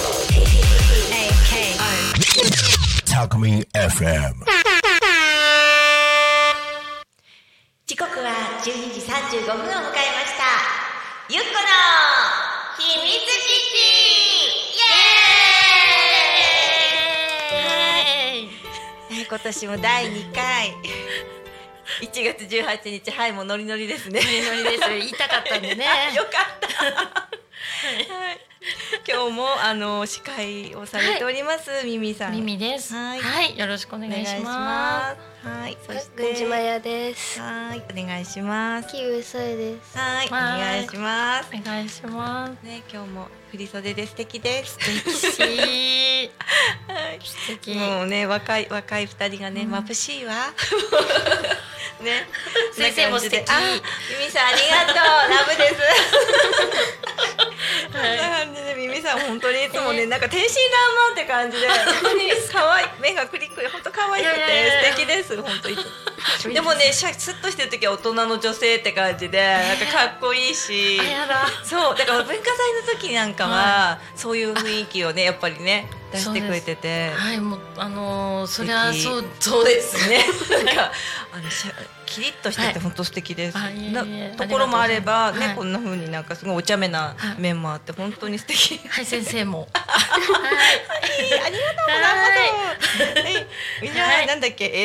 タコミン FM。 時刻は12時35分を迎えました。ゆっこの秘密基地イエーイ。はい、今年も第2回1月18日、はい、もうノリノリですね。 ノリノリです。言いたかったんでね。 よかった、はい、今日も司会をされております、はい、ミミさん。 ミミです。はい、よろしくお願いします。 はい、そして郡島屋です。 はい、お願いします。 キウサエです。 はい、お願いします。 お願いします。 ね、今日も振り袖で素敵です。 素敵。 はい、 素敵。 もうね、若い二人がね、眩しいわ。ね、 先生も素敵。 あ、ミミさんありがとう、ラブです。そんな感じでミミさん本当にいつもね、なんか天真爛漫って感じで、本当に可愛い、目がクリクリ、本当可愛くて素敵です。本当に。でもね、スッとしてる時は大人の女性って感じで、なんかかっこいいし。そう、だから文化祭の時なんかはそういう雰囲気をね、やっぱりね出してくれてて。 はい、もうそりゃそうですね。 なんかキリッとしてて本当素敵です。ところもあればね、こんな風になんかすごいお茶目な面もあって本当に素敵。 はい、先生も。 はい、ありがとうございます。はい、みんななんだっけ、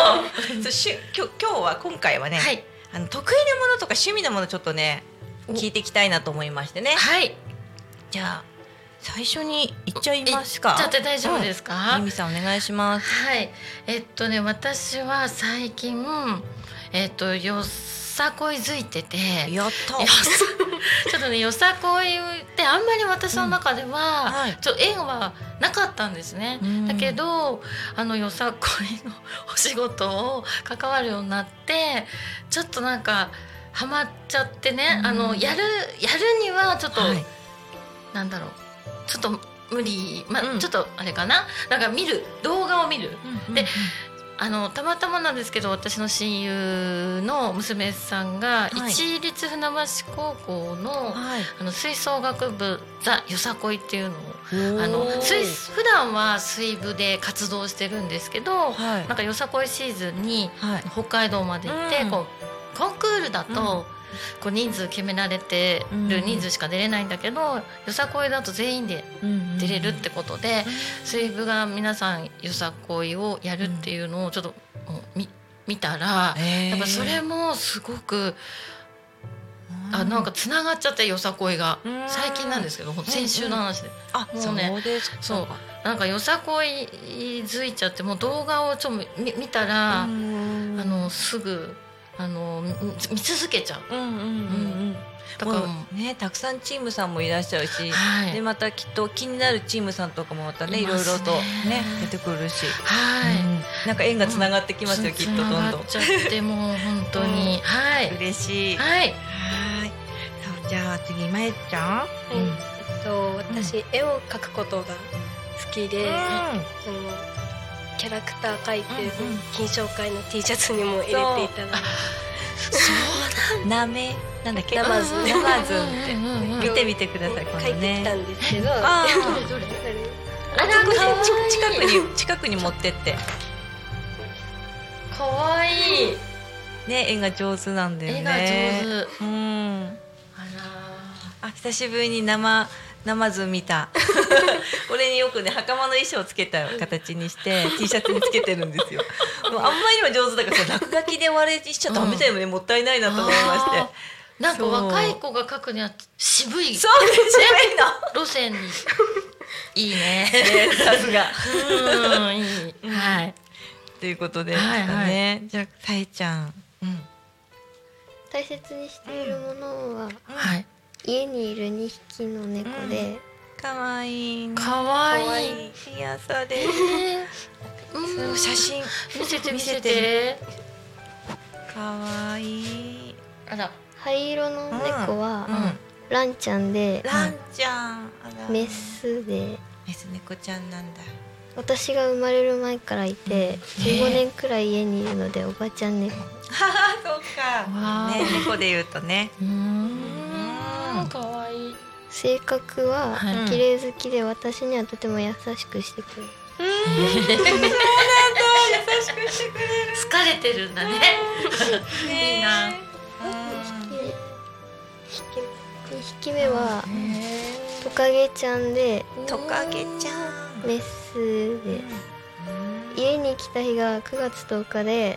今回はね、得意なものとか趣味のものちょっとね聞いていきたいなと思いましてね。 はい。 じゃあ最初に言っちゃいますか。 言っちゃって大丈夫ですか。 ミミさんお願いします。 はい。私は最近よさこいづいてて。 やった。 ちょっとね、よさこいってあんまり私の中ではちょっと縁はなかったんですね。だけどよさこいのお仕事を関わるようになって、ちょっとなんかハマっちゃってね、やるにはちょっと、なんだろう、ちょっと無理、ちょっとあれかな、なんか動画を見る、でたまたまなんですけど、私の親友の娘さんが市立船橋高校の、吹奏楽部ザよさこいっていうのを普段は水部で活動してるんですけど、なんかよさこいシーズンに北海道まで行って、こうコンクールだと、こう人数決められてる人数しか出れないんだけど、よさこいだと全員で出れるってことで、水部が皆さんよさこいをやるっていうのをちょっと見たら、やっぱそれもすごくなんかつながっちゃって、よさこいが最近なんですけど、先週の話で、もうね、そうなんかよさこいづいちゃって、もう動画をちょっと見たらすぐ見続けちゃう。 だからね、たくさんチームさんもいらっしゃるし、でまたきっと気になるチームさんとかもまたね、いろいろとね出てくるし、なんか縁がつながってきますよ、きっとどんどん。つながっちゃってもう本当に嬉しい。 はい。 そう、じゃあ次まゆちゃん。 私絵を描くことが好きで、キャラクター描いて金賞会の T シャツにも入れていただいて。 そうなんだっけ、ナマズンって見てみてください。 描いてきたんですけど、 近くに持ってって。 かわいいね、絵が上手なんだよね。 絵が上手。 久しぶりに生ズ見た。これによくね、袴の衣装をつけた形にして T シャツにつけてるんですよ。もうあんまりにも上手だから、落書きで割れしちゃダメだよね、もったいないなと思いまして。 なんか若い子が描くには渋い、 そうですね、 路線にいいね。 さすが。 いい。はい。 ということでね。じゃあさえちゃん、 大切にしているものは、家にいる2匹の猫で、 かわいい。 かわいい。 いや、そうです。写真見せて。 かわいい。 灰色の猫はランちゃんで、 ランちゃん、 メスで、 メス猫ちゃんなんだ。 私が生まれる前からいて、15年くらい家にいるのでおばちゃん猫。 そうか。ね、猫で言うとね。 かわいい。 性格は綺麗好きで私にはとても優しくしてくれる。 そうなんだ、優しくしてくれる。 疲れてるんだね。いいな。 2匹目はトカゲちゃんで、 トカゲちゃんメスです。家に来た日が9月10日で、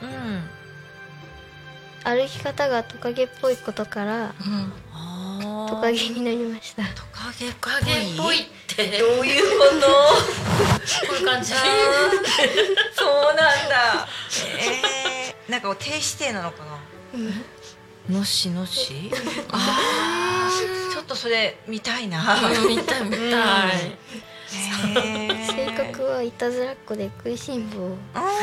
歩き方がトカゲっぽいことから、トカゲになりました。 トカゲっぽいってどういうこと？ こういう感じ。 そうなんだ。なんか低姿勢なのかな。のしのし。ちょっとそれ見たいな。 見たい。 性格はいたずらっ子で食いしん坊。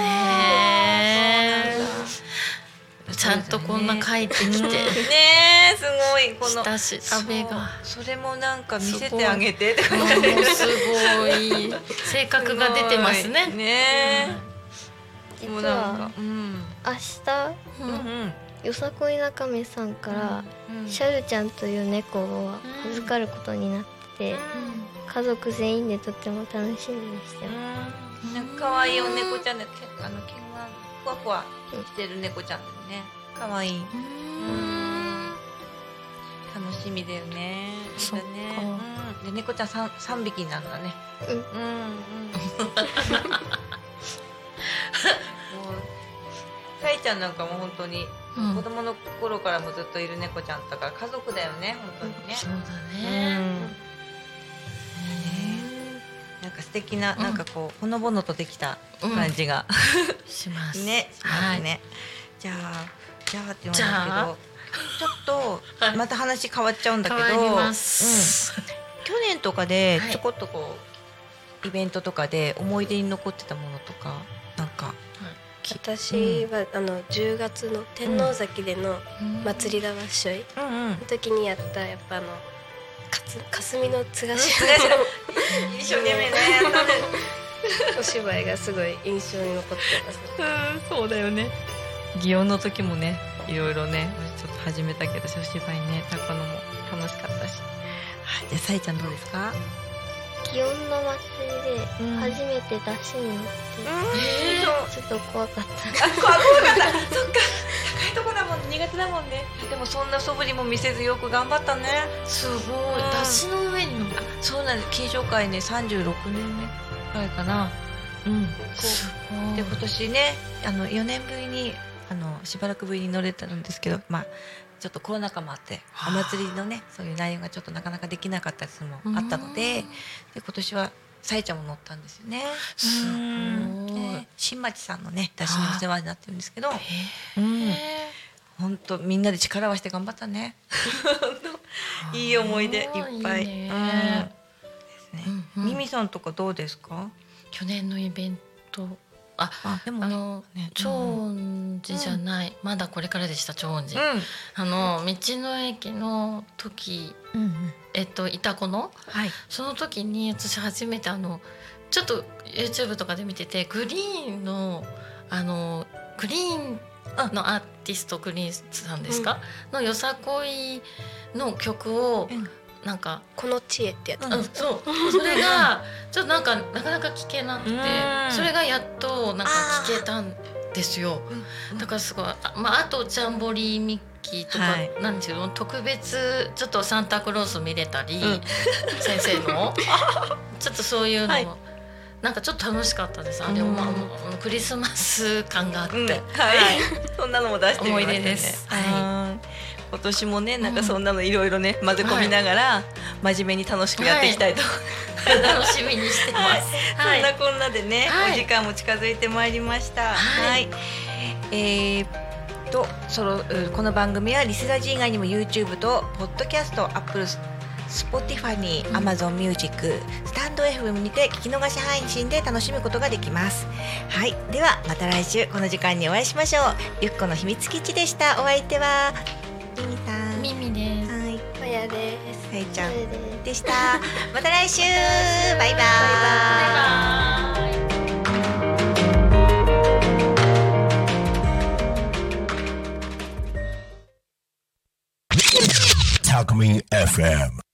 ちゃんとこんな書いてきて。 ねえ、すごいこの下調べが。 それもなんか見せてあげて。 すごい性格が出てますね。 ね。実は明日よさこいなかめさんからシャルちゃんという猫を預かることになって、家族全員でとっても楽しみにしてます。 なんか可愛いお猫ちゃんで、毛がふわふわしてる猫ちゃんでね、可愛い。楽しみだよね。 そうか。 で猫ちゃん3匹になるんだね。さいちゃんなんかも本当に子供の頃からもずっといる猫ちゃんだから家族だよね、本当にね。 そうだね。 なんか素敵な、なんかこうほのぼのとできた感じがしますね。しますね。じゃあって言うんですけど、ちょっとまた話変わっちゃうんだけど、去年とかでちょこっとこうイベントとかで思い出に残ってたものとかなんか。 私は10月の天王崎での祭りだわっしょいの時にやったやっぱ霞のつがし一生懸命ねお芝居がすごい印象に残ってます。 そうだよね。祇園の時もね、いろいろねちょっと始めたけどお芝居ねたのも楽しかったし。じゃあさいちゃんどうですか？ 祇園の祭りで初めて出汁に乗って、ちょっと怖かった。 怖かった。そっか、高いとこだもん、苦手だもんね。でもそんな素振りも見せずよく頑張ったね。 すごい。出汁の上に乗る。 そうなんです。金賞会ね36年目くらいかな。 すごい。 で今年ね4年ぶりにしばらくぶりに乗れたんですけど、ちょっとコロナ禍もあってお祭りのねそういう内容がちょっとなかなかできなかったりするのもあったので、今年はさえちゃんも乗ったんですよね。 すごい。 新町さんのね出汁にお世話になってるんですけど、本当みんなで力を合わせて頑張ったね。いい思い出いっぱい。ミミさんとかどうですか？ 去年のイベント。でも長音寺じゃない、まだこれからでした。長音寺、道の駅の時、いた子の、その時に私初めてちょっと YouTube とかで見ててグリーンのグリーンのアーティストグリーンさんですか、のよさこいの曲を、なんかこの知恵ってやつ、 それがちょっとなかなか聞けなくて、それがやっとなんか聞けたんですよ。だからすごいあとジャンボリーミッキーとかなんですけど、特別ちょっとサンタクロース見れたり、先生のちょっとそういうのもなんかちょっと楽しかったです。あれもクリスマス感があって、 そんなのも出してみましたね。 思い出です。 今年もねなんかそんなのいろいろね混ぜ込みながら真面目に楽しくやっていきたいと楽しみにしてます。 そんなこんなでねお時間も近づいてまいりました。この番組はリスラジ以外にも YouTube とポッドキャスト、Apple、Spotify に Amazon Music、スタンド FM にて聞き逃し配信で楽しむことができます。ではまた来週この時間にお会いしましょう。ゆっこの秘密基地でした。お相手はミミさん、 ミミです。 まやです。 さいちゃんでした。また来週。バイバイ。 Talk Me FM